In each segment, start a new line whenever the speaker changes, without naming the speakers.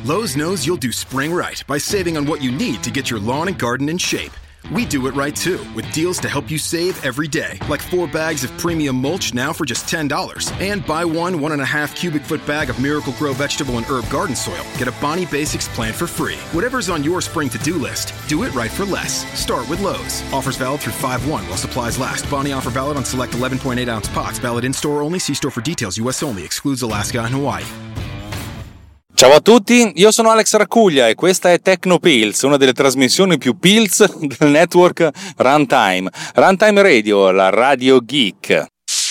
Lowe's knows you'll do spring right by saving on what you need to get your lawn and garden in shape. We do it right too, with deals to help you save every day. Like 4 bags of premium mulch now for just $10. And buy 1.5 cubic foot bag of Miracle-Gro vegetable and herb garden soil. Get a Bonnie Basics plant for free. Whatever's on your spring to-do list, do it right for less. Start with Lowe's. Offers valid through 5/1 while supplies last. Bonnie offer valid on select 11.8-ounce pots. Valid in-store only. See store for details. U.S. only. Excludes Alaska and Hawaii.
Ciao a tutti, io sono Alex Raccuglia e questa è Tecnopills, una delle trasmissioni più pills del network Runtime. Runtime Radio, la radio geek.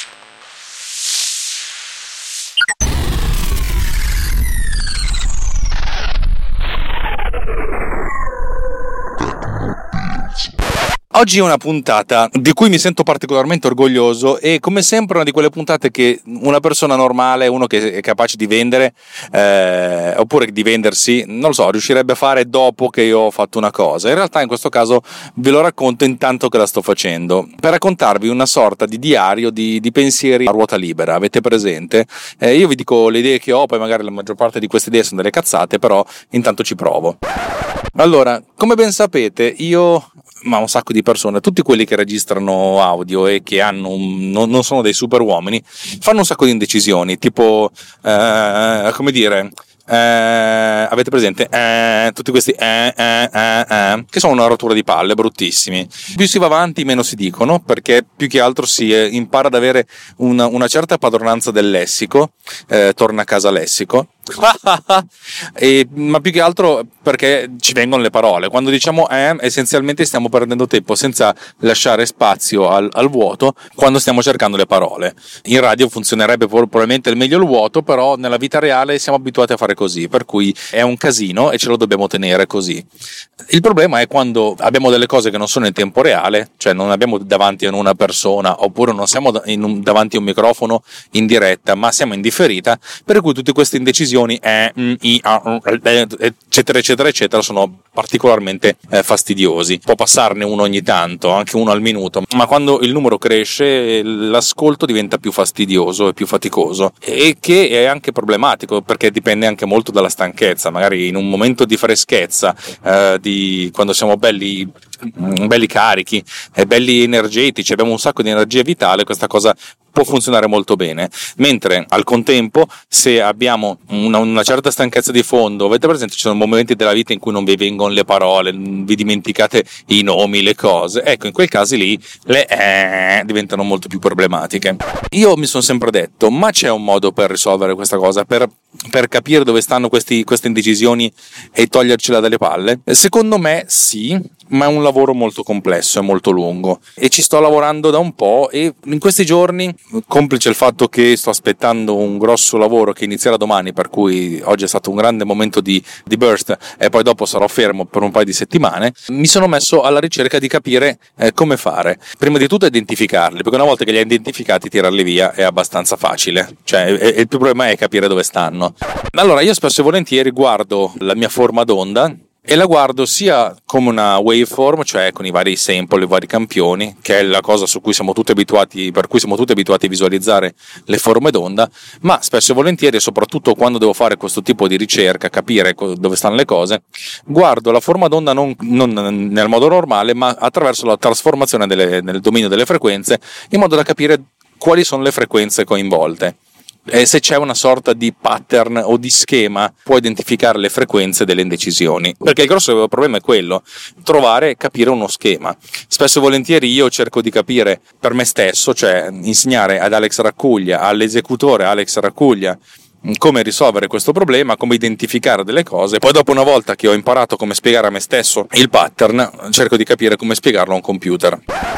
Oggi è una puntata di cui mi sento particolarmente orgoglioso e come sempre una di quelle puntate che una persona normale, uno che è capace di vendere oppure di vendersi, non lo so, riuscirebbe a fare dopo che io ho fatto una cosa. In realtà in questo caso ve lo racconto intanto che la sto facendo, per raccontarvi una sorta di diario di pensieri a ruota libera. Avete presente? Io vi dico le idee che ho, poi magari la maggior parte di queste idee sono delle cazzate, però intanto ci provo. Allora, come ben sapete, ma un sacco di persone, tutti quelli che registrano audio e che hanno non sono dei super uomini, fanno un sacco di indecisioni, tipo come dire, avete presente tutti questi che sono una rottura di palle, bruttissimi. Più si va avanti meno si dicono, perché più che altro si impara ad avere una certa padronanza del lessico, torna a casa lessico. Ma più che altro perché ci vengono le parole. Quando diciamo essenzialmente stiamo perdendo tempo senza lasciare spazio al vuoto quando stiamo cercando le parole. In radio funzionerebbe probabilmente il meglio il vuoto, però nella vita reale siamo abituati a fare così, per cui è un casino e ce lo dobbiamo tenere così. Il problema è quando abbiamo delle cose che non sono in tempo reale, cioè non abbiamo davanti a una persona oppure non siamo davanti a un microfono in diretta, ma siamo in differita, per cui tutte queste indecisioni eccetera eccetera eccetera sono particolarmente fastidiosi. Può passarne uno ogni tanto, anche uno al minuto, ma quando il numero cresce l'ascolto diventa più fastidioso e più faticoso, e che è anche problematico perché dipende anche molto dalla stanchezza. Magari in un momento di freschezza, quando siamo belli carichi e belli energetici, abbiamo un sacco di energia vitale, questa cosa può funzionare molto bene. Mentre al contempo, se abbiamo una certa stanchezza di fondo, avete presente, ci sono momenti della vita in cui non vi vengono le parole, vi dimenticate i nomi, le cose, ecco, in quei casi lì le diventano molto più problematiche. Io mi sono sempre detto, ma c'è un modo per risolvere questa cosa, per capire dove stanno queste indecisioni e togliercela dalle palle? Secondo me sì, ma è un lavoro molto complesso e molto lungo e ci sto lavorando da un po', e in questi giorni, complice il fatto che sto aspettando un grosso lavoro che inizierà domani, per cui oggi è stato un grande momento di burst e poi dopo sarò fermo per un paio di settimane, mi sono messo alla ricerca di capire come fare. Prima di tutto identificarli, perché una volta che li hai identificati tirarli via è abbastanza facile, cioè il problema è capire dove stanno. Allora, io spesso e volentieri guardo la mia forma d'onda e la guardo sia come una waveform, cioè con i vari sample, i vari campioni, che è la cosa per cui siamo tutti abituati a visualizzare le forme d'onda, ma spesso e volentieri, soprattutto quando devo fare questo tipo di ricerca, capire dove stanno le cose, guardo la forma d'onda non nel modo normale, ma attraverso la trasformazione nel dominio delle frequenze, in modo da capire quali sono le frequenze coinvolte. E se c'è una sorta di pattern o di schema, può identificare le frequenze delle indecisioni, perché il grosso problema è quello, trovare e capire uno schema. Spesso e volentieri io cerco di capire per me stesso, cioè insegnare ad Alex Raccuglia, all'esecutore Alex Raccuglia, come risolvere questo problema, come identificare delle cose. Poi dopo, una volta che ho imparato come spiegare a me stesso il pattern, cerco di capire come spiegarlo a un computer.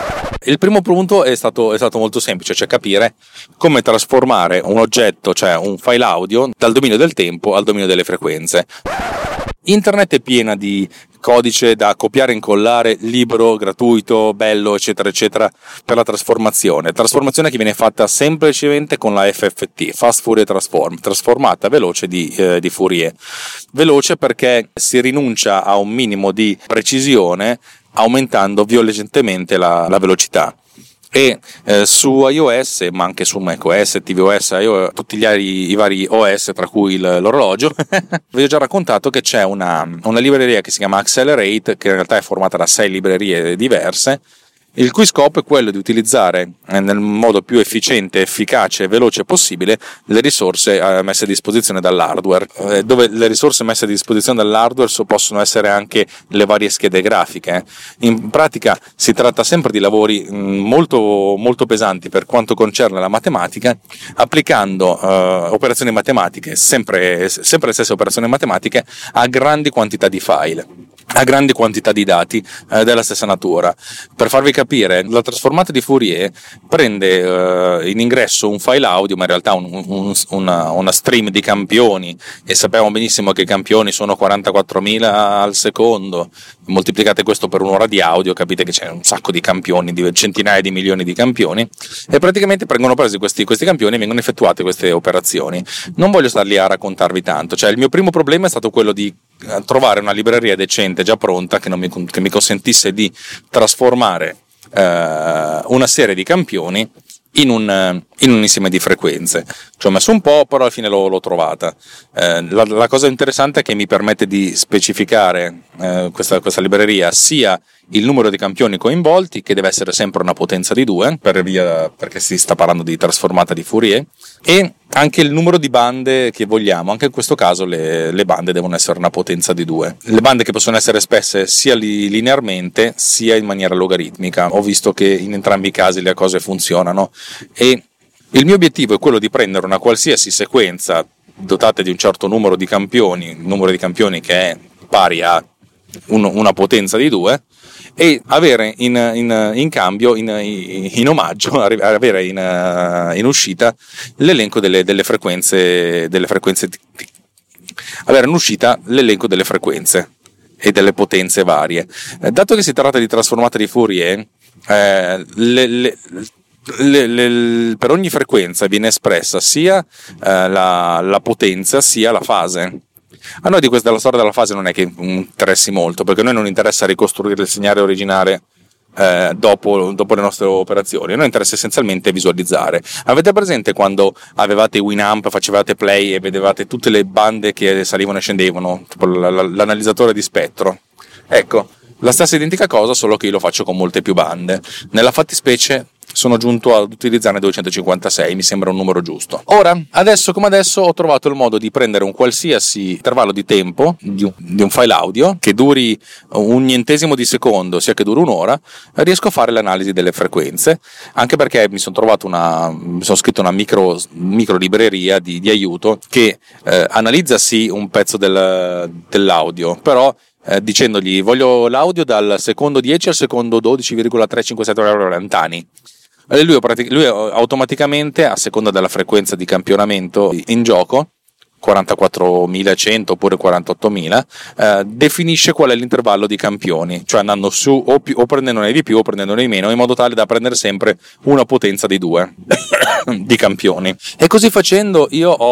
Il primo punto è stato molto semplice, cioè capire come trasformare un oggetto, cioè un file audio, dal dominio del tempo al dominio delle frequenze. Internet è piena di codice da copiare e incollare, libero, gratuito, bello, eccetera eccetera, per la trasformazione che viene fatta semplicemente con la FFT, Fast Fourier Transform, trasformata veloce di Fourier. Veloce perché si rinuncia a un minimo di precisione aumentando violentemente la velocità. e su iOS, ma anche su macOS, tvOS, tutti i vari OS, tra cui l'orologio, vi ho già raccontato che c'è una libreria che si chiama Accelerate, che in realtà è formata da 6 librerie diverse, il cui scopo è quello di utilizzare nel modo più efficiente, efficace e veloce possibile le risorse messe a disposizione dall'hardware, dove le risorse messe a disposizione dall'hardware possono essere anche le varie schede grafiche. In pratica si tratta sempre di lavori molto, molto pesanti per quanto concerne la matematica, applicando operazioni matematiche, sempre le stesse operazioni matematiche, a grandi quantità di file, a grandi quantità di dati della stessa natura. Per farvi capire, la trasformata di Fourier prende in ingresso un file audio, ma in realtà una stream di campioni, e sappiamo benissimo che i campioni sono 44.000 al secondo. Moltiplicate questo per un'ora di audio, capite che c'è un sacco di campioni, di centinaia di milioni di campioni, e praticamente vengono presi questi campioni e vengono effettuate queste operazioni. Non voglio starli a raccontarvi tanto, cioè il mio primo problema è stato quello di trovare una libreria decente già pronta che mi consentisse di trasformare una serie di campioni in un insieme di frequenze. Ci ho messo un po', però alla fine l'ho trovata. La cosa interessante è che mi permette di specificare questa libreria sia il numero di campioni coinvolti, che deve essere sempre una potenza di 2 perché si sta parlando di trasformata di Fourier, e anche il numero di bande che vogliamo. Anche in questo caso le bande devono essere una potenza di 2. Le bande che possono essere spesse sia linearmente sia in maniera logaritmica. Ho visto che in entrambi i casi le cose funzionano, e il mio obiettivo è quello di prendere una qualsiasi sequenza dotata di un certo numero di campioni che è pari a una potenza di 2, e avere in cambio, in omaggio, avere in uscita l'elenco delle frequenze, avere in uscita l'elenco delle frequenze e delle potenze varie. Dato che si tratta di trasformata di Fourier, per ogni frequenza viene espressa sia la potenza sia la fase. A noi della storia della fase non è che interessi molto, perché a noi non interessa ricostruire il segnale originale dopo le nostre operazioni. A noi interessa essenzialmente visualizzare. Avete presente quando avevate Winamp, facevate play e vedevate tutte le bande che salivano e scendevano, tipo l'analizzatore di spettro? Ecco, la stessa identica cosa, solo che io lo faccio con molte più bande. Nella fattispecie sono giunto ad utilizzarne 256, mi sembra un numero giusto. Ora, adesso come adesso, ho trovato il modo di prendere un qualsiasi intervallo di tempo di un file audio che duri un nientesimo di secondo, sia che duri un'ora, riesco a fare l'analisi delle frequenze, anche perché mi sono scritto una micro libreria di aiuto che analizza sì un pezzo dell'audio, però dicendogli voglio l'audio dal secondo 10 al secondo 12,357 lontani. Lui automaticamente, a seconda della frequenza di campionamento in gioco, 44.100 oppure 48.000, definisce qual è l'intervallo di campioni, cioè andando su o prendendone di più o prendendone di meno, in modo tale da prendere sempre una potenza di 2 di campioni. E così facendo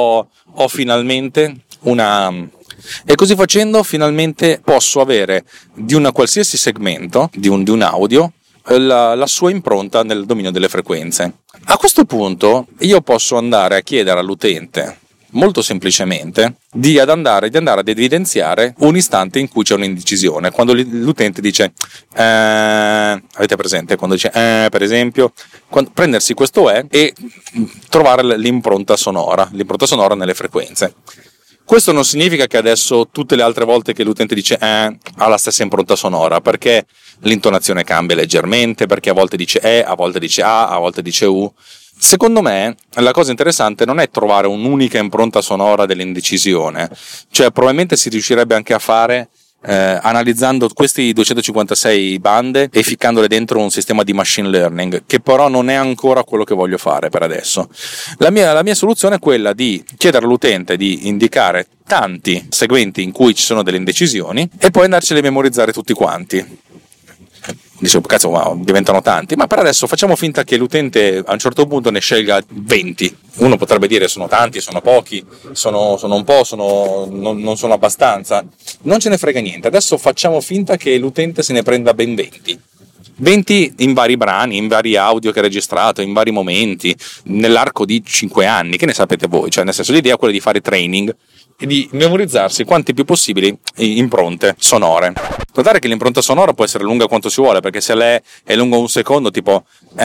finalmente posso avere di un qualsiasi segmento di un audio la sua impronta nel dominio delle frequenze. A questo punto io posso andare a chiedere all'utente molto semplicemente di andare ad evidenziare un istante in cui c'è un'indecisione, quando l'utente dice avete presente quando dice per esempio, prendersi questo e trovare l'impronta sonora nelle frequenze. Questo non significa che adesso tutte le altre volte che l'utente dice ha la stessa impronta sonora, perché l'intonazione cambia leggermente, perché a volte dice a volte dice a volte dice u. Secondo me la cosa interessante non è trovare un'unica impronta sonora dell'indecisione, cioè probabilmente si riuscirebbe anche a fare analizzando questi 256 bande e ficcandole dentro un sistema di machine learning, che però non è ancora quello che voglio fare per adesso. La mia soluzione è quella di chiedere all'utente di indicare tanti segmenti in cui ci sono delle indecisioni e poi andarceli a memorizzare tutti quanti. Dicevo, cazzo, ma diventano tanti, ma per adesso facciamo finta che l'utente a un certo punto ne scelga 20. Uno potrebbe dire sono tanti, sono pochi, sono un po', non sono abbastanza. Non ce ne frega niente, adesso facciamo finta che l'utente se ne prenda ben 20. 20 in vari brani, in vari audio che ha registrato, in vari momenti, nell'arco di 5 anni, che ne sapete voi? Cioè, nel senso, l'idea è quella di fare training e di memorizzarsi quanti più possibili impronte sonore. Notare che l'impronta sonora può essere lunga quanto si vuole, perché se lei è lunga un secondo, tipo come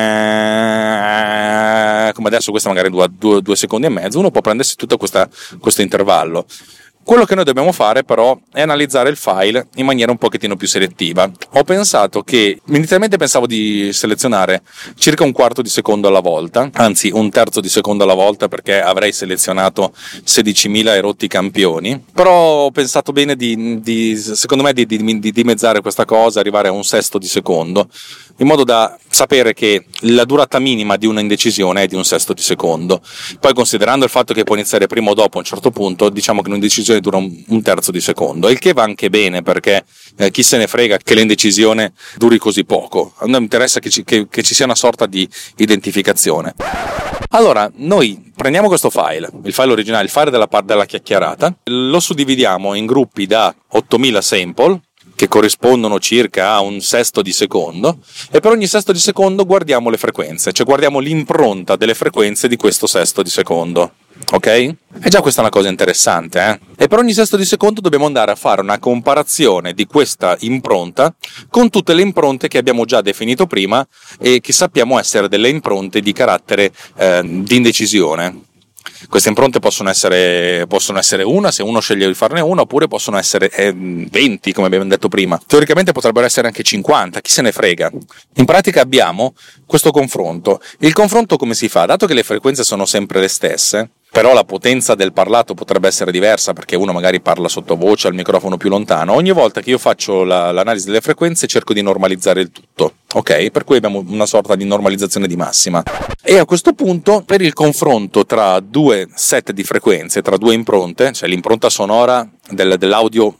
adesso, questa magari due secondi e mezzo, uno può prendersi tutto questo intervallo. Quello che noi dobbiamo fare però è analizzare il file in maniera un pochettino più selettiva. Ho pensato che, inizialmente pensavo di selezionare circa un quarto di secondo alla volta, anzi un terzo di secondo alla volta, perché avrei selezionato 16.000 e rotti campioni, però ho pensato bene secondo me di dimezzare questa cosa, arrivare a un sesto di secondo, in modo da sapere che la durata minima di una indecisione è di un sesto di secondo. Poi, considerando il fatto che può iniziare prima o dopo a un certo punto, diciamo che un'indecisione dura un terzo di secondo, il che va anche bene, perché chi se ne frega che l'indecisione duri così poco. A noi interessa che ci sia una sorta di identificazione. Allora, noi prendiamo questo file, il file originale, il file della chiacchierata, lo suddividiamo in gruppi da 8.000 sample, che corrispondono circa a un sesto di secondo, e per ogni sesto di secondo guardiamo le frequenze, cioè guardiamo l'impronta delle frequenze di questo sesto di secondo. Ok? E già questa è una cosa interessante, E per ogni sesto di secondo dobbiamo andare a fare una comparazione di questa impronta con tutte le impronte che abbiamo già definito prima e che sappiamo essere delle impronte di carattere di indecisione. Queste impronte possono essere una, se uno sceglie di farne una, oppure possono essere 20, come abbiamo detto prima. Teoricamente potrebbero essere anche 50, chi se ne frega. In pratica abbiamo questo confronto. Il confronto come si fa? Dato che le frequenze sono sempre le stesse, però la potenza del parlato potrebbe essere diversa, perché uno magari parla sottovoce al microfono più lontano, ogni volta che io faccio l'analisi delle frequenze cerco di normalizzare il tutto, ok? Per cui abbiamo una sorta di normalizzazione di massima. E a questo punto, per il confronto tra due set di frequenze, tra due impronte, cioè l'impronta sonora dell'audio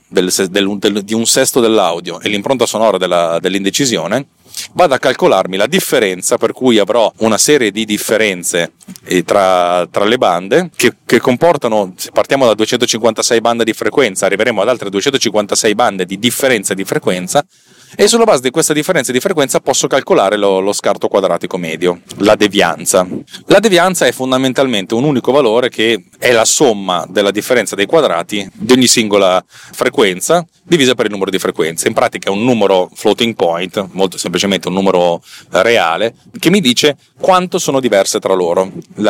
di un sesto dell'audio e l'impronta sonora dell'indecisione, vado a calcolarmi la differenza, per cui avrò una serie di differenze tra le bande che comportano, se partiamo da 256 bande di frequenza, arriveremo ad altre 256 bande di differenza di frequenza, e sulla base di questa differenza di frequenza posso calcolare lo scarto quadratico medio, la devianza. La devianza è fondamentalmente un unico valore che è la somma della differenza dei quadrati di ogni singola frequenza divisa per il numero di frequenze. In pratica è un numero floating point, molto semplicemente un numero reale, che mi dice quanto sono diverse tra loro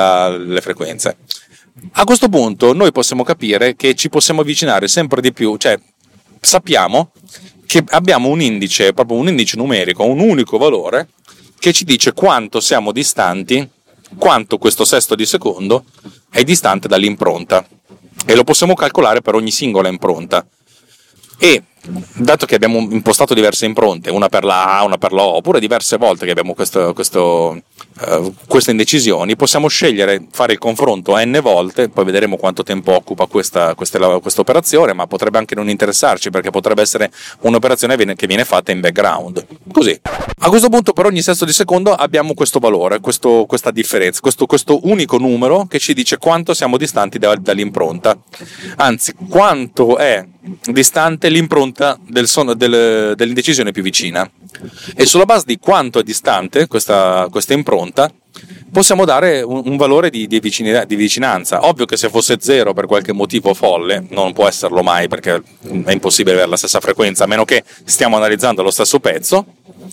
le frequenze. A questo punto noi possiamo capire che ci possiamo avvicinare sempre di più, cioè sappiamo che abbiamo un indice, proprio un indice numerico, un unico valore che ci dice quanto siamo distanti, quanto questo sesto di secondo è distante dall'impronta, e lo possiamo calcolare per ogni singola impronta. E dato che abbiamo impostato diverse impronte, una per la A, una per la O, oppure diverse volte che abbiamo queste indecisioni, possiamo scegliere, fare il confronto n volte, poi vedremo quanto tempo occupa questa operazione, ma potrebbe anche non interessarci, perché potrebbe essere un'operazione che viene fatta in background. Così. A questo punto, per ogni sesto di secondo abbiamo questo valore, questa differenza, questo unico numero che ci dice quanto siamo distanti dall'impronta, anzi quanto è distante l'impronta dell'indecisione più vicina, e sulla base di quanto è distante questa impronta possiamo dare un valore di vicinanza. Ovvio che se fosse 0 per qualche motivo folle, non può esserlo mai, perché è impossibile avere la stessa frequenza, a meno che stiamo analizzando lo stesso pezzo.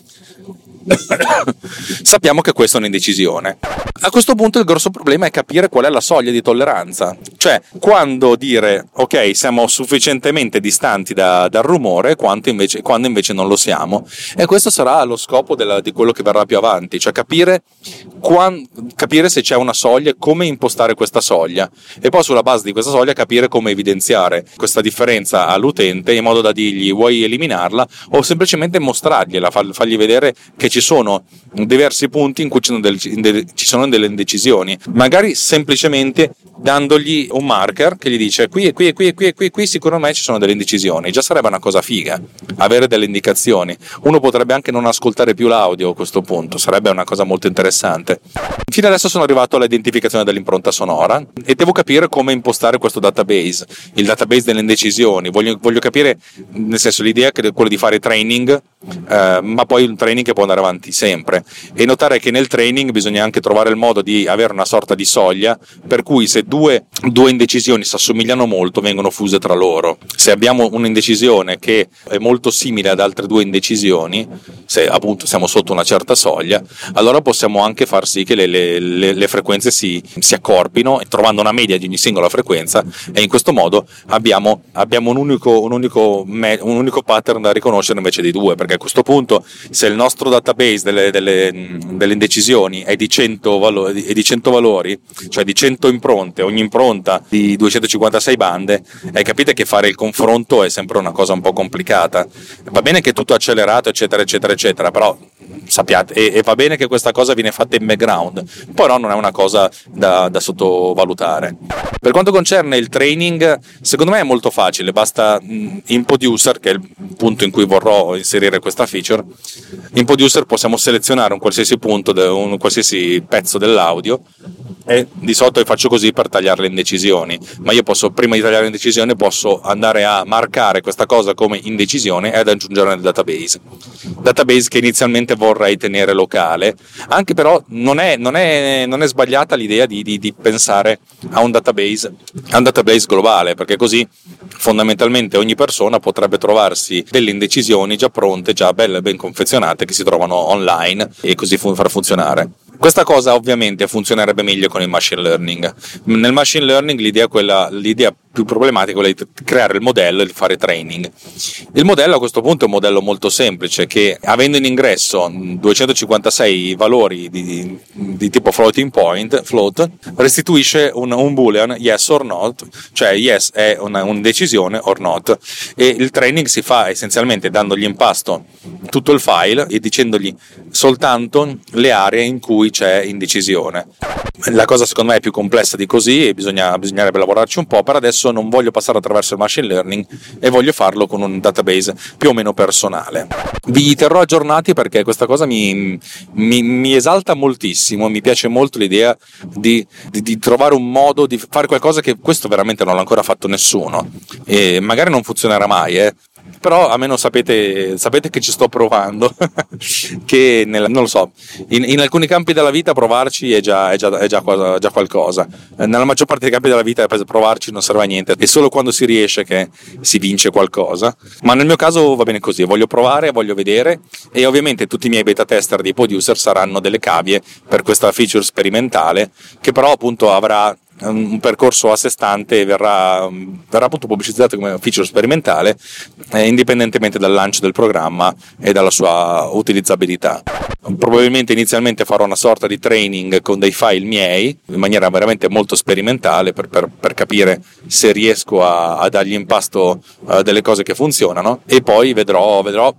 Sappiamo che questa è un'indecisione. A questo punto il grosso problema è capire qual è la soglia di tolleranza, cioè quando dire ok, siamo sufficientemente distanti dal rumore, quando invece non lo siamo. E questo sarà lo scopo di quello che verrà più avanti, cioè capire se c'è una soglia e come impostare questa soglia, e poi sulla base di questa soglia capire come evidenziare questa differenza all'utente, in modo da dirgli vuoi eliminarla o semplicemente mostrargliela, fargli vedere che ci sono diversi punti in cui ci sono delle indecisioni, magari semplicemente dandogli un marker che gli dice qui secondo me ci sono delle indecisioni. Già sarebbe una cosa figa avere delle indicazioni. Uno potrebbe anche non ascoltare più l'audio a questo punto, sarebbe una cosa molto interessante. Fino adesso sono arrivato all'identificazione dell'impronta sonora e devo capire come impostare questo database, il database delle indecisioni. Voglio capire, nel senso, l'idea è quella di fare training, ma poi un training che può andare avanti sempre, e notare che nel training bisogna anche trovare il modo di avere una sorta di soglia per cui se due indecisioni si assomigliano molto vengono fuse tra loro. Se abbiamo un'indecisione che è molto simile ad altre due indecisioni, se appunto siamo sotto una certa soglia, allora possiamo anche far sì che le frequenze si accorpino, trovando una media di ogni singola frequenza, e in questo modo abbiamo un unico pattern da riconoscere invece di due, perché a questo punto se il nostro database delle indecisioni è di 100 valori, cioè di 100 impronte, ogni impronta di 256 bande, capite che fare il confronto è sempre una cosa un po' complicata. Va bene che è tutto accelerato eccetera, però sappiate, e va bene che questa cosa viene fatta in background, però non è una cosa da sottovalutare. Per quanto concerne il training, secondo me è molto facile, basta in Poduser, che è il punto in cui vorrò inserire questa feature. In Poduser possiamo selezionare un qualsiasi punto, un qualsiasi pezzo dell'audio, e di solito io faccio così per tagliare le indecisioni, ma io posso, prima di tagliare l'indecisione, posso andare a marcare questa cosa come indecisione e ad aggiungere nel database che inizialmente vorrei tenere locale. Anche però non è sbagliata l'idea di pensare a un database globale, perché così fondamentalmente ogni persona potrebbe trovarsi delle indecisioni già pronte, già belle, ben confezionate, che si trovano online, e così far funzionare. Questa cosa ovviamente funzionerebbe meglio con il machine learning. Nel machine learning l'idea più problematica è quella di creare il modello e di fare training. Il modello a questo punto è un modello molto semplice, che avendo in ingresso 256 valori di tipo float, restituisce un boolean yes or not, cioè yes è un'indecisione or not, e il training si fa essenzialmente dandogli in pasto tutto il file e dicendogli soltanto le aree in cui c'è indecisione. La cosa secondo me è più complessa di così e bisognerebbe lavorarci un po'. Per adesso non voglio passare attraverso il machine learning e voglio farlo con un database più o meno personale. Vi terrò aggiornati perché questa cosa mi esalta moltissimo, mi piace molto l'idea di trovare un modo di fare qualcosa che questo veramente non l'ha ancora fatto nessuno, e magari non funzionerà mai, però almeno sapete che ci sto provando che non lo so, in alcuni campi della vita provarci è già qualcosa. Nella maggior parte dei campi della vita provarci non serve a niente, è solo quando si riesce che si vince qualcosa, ma nel mio caso va bene così, voglio provare, voglio vedere, e ovviamente tutti i miei beta tester di Poduser saranno delle cavie per questa feature sperimentale, che però appunto avrà un percorso a sé stante e verrà appunto pubblicizzato come feature sperimentale, indipendentemente dal lancio del programma e dalla sua utilizzabilità. Probabilmente inizialmente farò una sorta di training con dei file miei in maniera veramente molto sperimentale per capire se riesco a dargli in pasto delle cose che funzionano, e poi vedrò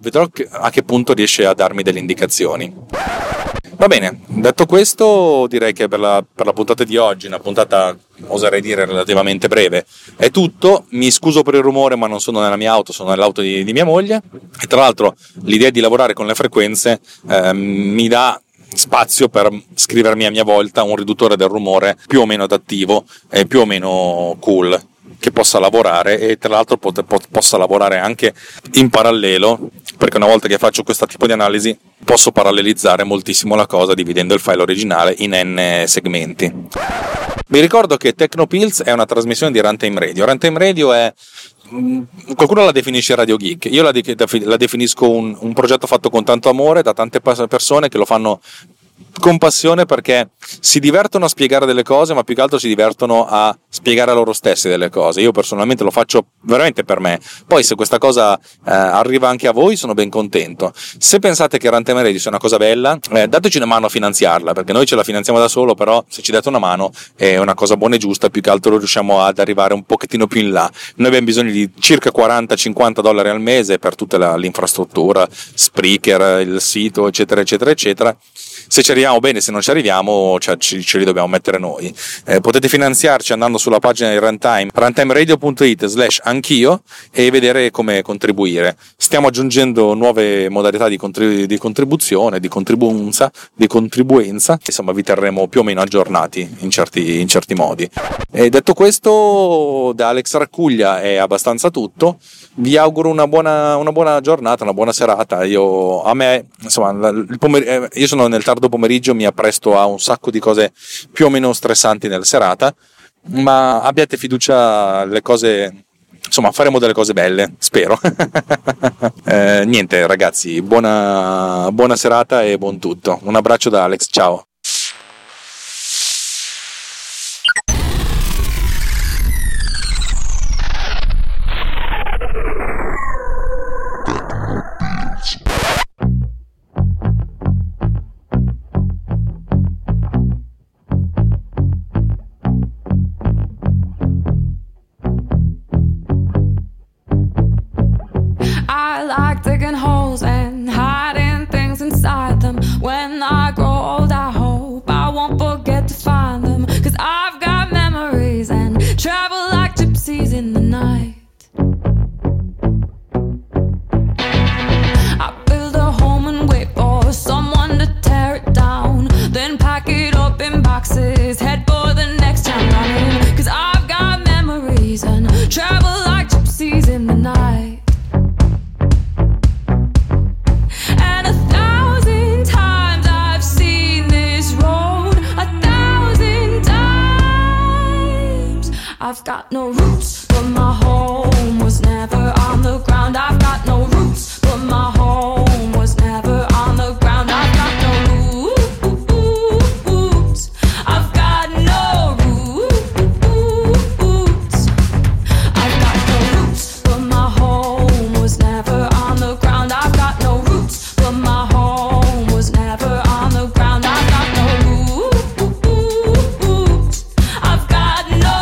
a che punto riesce a darmi delle indicazioni. Va bene, detto questo direi che per la puntata di oggi, una puntata oserei dire relativamente breve, è tutto. Mi scuso per il rumore, ma non sono nella mia auto, sono nell'auto di mia moglie, e tra l'altro l'idea di lavorare con le frequenze mi dà spazio per scrivermi a mia volta un riduttore del rumore più o meno adattivo e più o meno cool, che possa lavorare, e tra l'altro possa lavorare anche in parallelo, perché una volta che faccio questo tipo di analisi posso parallelizzare moltissimo la cosa dividendo il file originale in n segmenti. Vi ricordo che Tecnopills è una trasmissione di Runtime Radio. Runtime Radio è, qualcuno la definisce Radio Geek, io la definisco un progetto fatto con tanto amore da tante persone che lo fanno con passione, perché si divertono a spiegare delle cose, ma più che altro si divertono a spiegare a loro stessi delle cose. Io personalmente lo faccio veramente per me. Poi se questa cosa arriva anche a voi, sono ben contento. Se pensate che Runtime Radio sia una cosa bella, dateci una mano a finanziarla, perché noi ce la finanziamo da solo, però se ci date una mano è una cosa buona e giusta, più che altro riusciamo ad arrivare un pochettino più in là. Noi abbiamo bisogno di circa $40-50 al mese per tutta l'infrastruttura, Spreaker, il sito, eccetera eccetera eccetera. Se ci arriviamo bene, se non ci arriviamo ce li dobbiamo mettere noi. Potete finanziarci andando sulla pagina di Runtime, runtimeradio.it/anch'io, e vedere come contribuire. Stiamo aggiungendo nuove modalità di contribuzione, di contribuenza, insomma vi terremo più o meno aggiornati in certi modi. E detto questo, da Alex Raccuglia è abbastanza tutto. Vi auguro una buona giornata, una buona serata. Io sono nel tardo pomeriggio, mi appresto a un sacco di cose più o meno stressanti nella serata, ma abbiate fiducia, le cose, insomma, faremo delle cose belle, spero. Niente ragazzi, buona serata e buon tutto. Un abbraccio da Alex, ciao.
I like digging holes and hiding things inside them. When I grow old, I hope I won't forget to find them. 'Cause I've got memories and travel like gypsies in the night. I build a home and wait for someone to tear it down, then pack it up in boxes, head for the next town running. 'Cause I've got memories and travel like gypsies in the night. I've got no roots, but my home was never on the ground. I've got no roots, but my home was never on the ground. I've got no roots. I've got no roots. I've got no roots, but my home was never on the ground. I've got no roots, but my home was never on the ground. I've got no roots. I've got no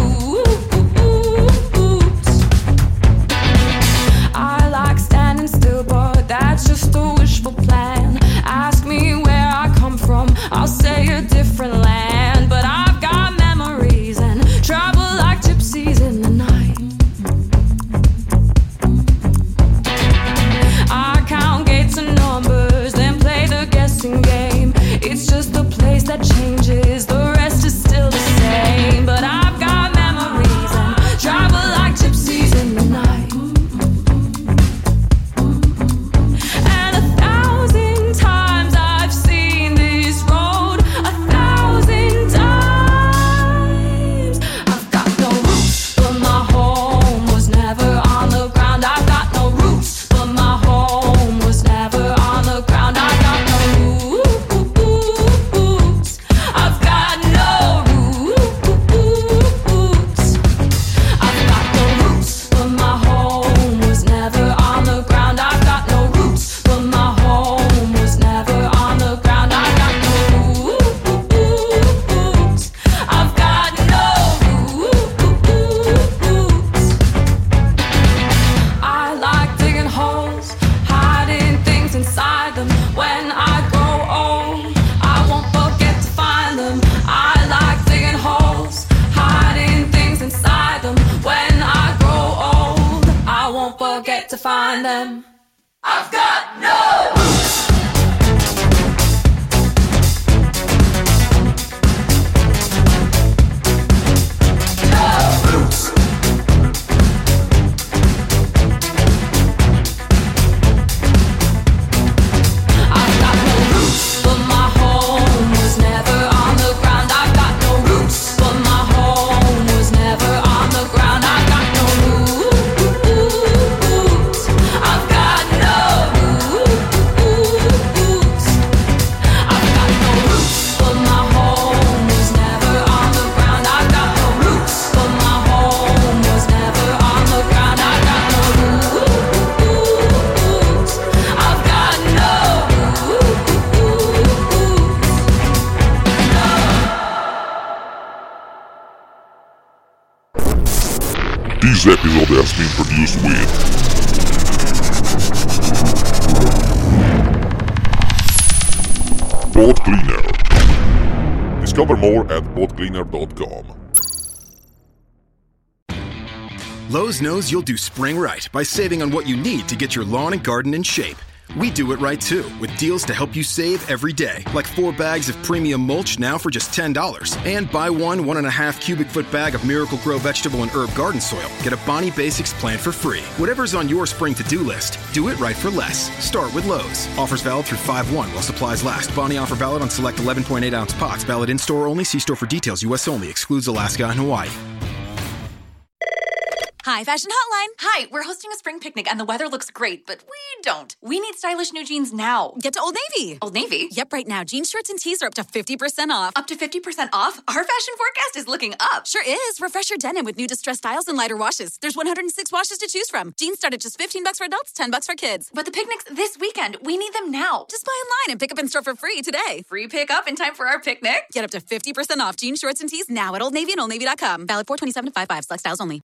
I like standing still, but that's just a wishful plan. Ask me where I come from, I'll say a different land. But I've got memories and travel like gypsies in the night. I count gates and numbers, then play the guessing game. It's just a place that changes, the rest is still the same. But I've got memories and travel like gypsies in the night. And 1,000 times I've seen this road, 1,000 times. I've got no roots, but my home was never on the ground. I've got no roots, but my home was never on the ground. I've got no roots. I've got no roots. I've got no roots, but my home was never on the ground. I've got no roots, but my home was never on the ground. I've got no roots. I've got no roots. I like digging holes, hiding things inside them. When I grow old, I won't forget to find them. I like digging holes, hiding things inside them. When I grow old, I won't forget to find them. I've got no roots. No roots. I've got no roots, but my home was never on the ground. I've got no roots, but my home was never on the ground. I've got no roots. I've got no roots.
This episode has been produced with Boat Cleaner. Discover more at boatcleaner.com.
Lowe's knows you'll do spring right by saving on what you need to get your lawn and garden in shape. We do it right too, with deals to help you save every day, like 4 bags of premium mulch now for just $10. And buy 1.5 cubic foot bag of Miracle-Gro vegetable and herb garden soil. Get a Bonnie Basics plant for free. Whatever's on your spring to-do list, do it right for less. Start with Lowe's. Offers valid through 5/1 while supplies last. Bonnie offer valid on select 11.8-ounce pots. Valid in-store only. See store for details. U.S. only. Excludes Alaska and Hawaii.
Hi, Fashion Hotline.
Hi, we're hosting a spring picnic and the weather looks great, but we don't. We need stylish new jeans now.
Get to Old Navy.
Old Navy?
Yep, right now. Jeans, shirts, and tees are up to 50% off.
Up to 50% off? Our fashion forecast is looking up.
Sure is. Refresh your denim with new distressed styles and lighter washes. There's 106 washes to choose from. Jeans start at just $15 for adults, $10 for kids.
But the picnic's this weekend. We need them now.
Just buy online and pick up in store for free today.
Free pickup in time for our picnic?
Get up to 50% off jeans, shorts, and tees now at Old Navy and OldNavy.com. Valid 4/27/55. Select styles only.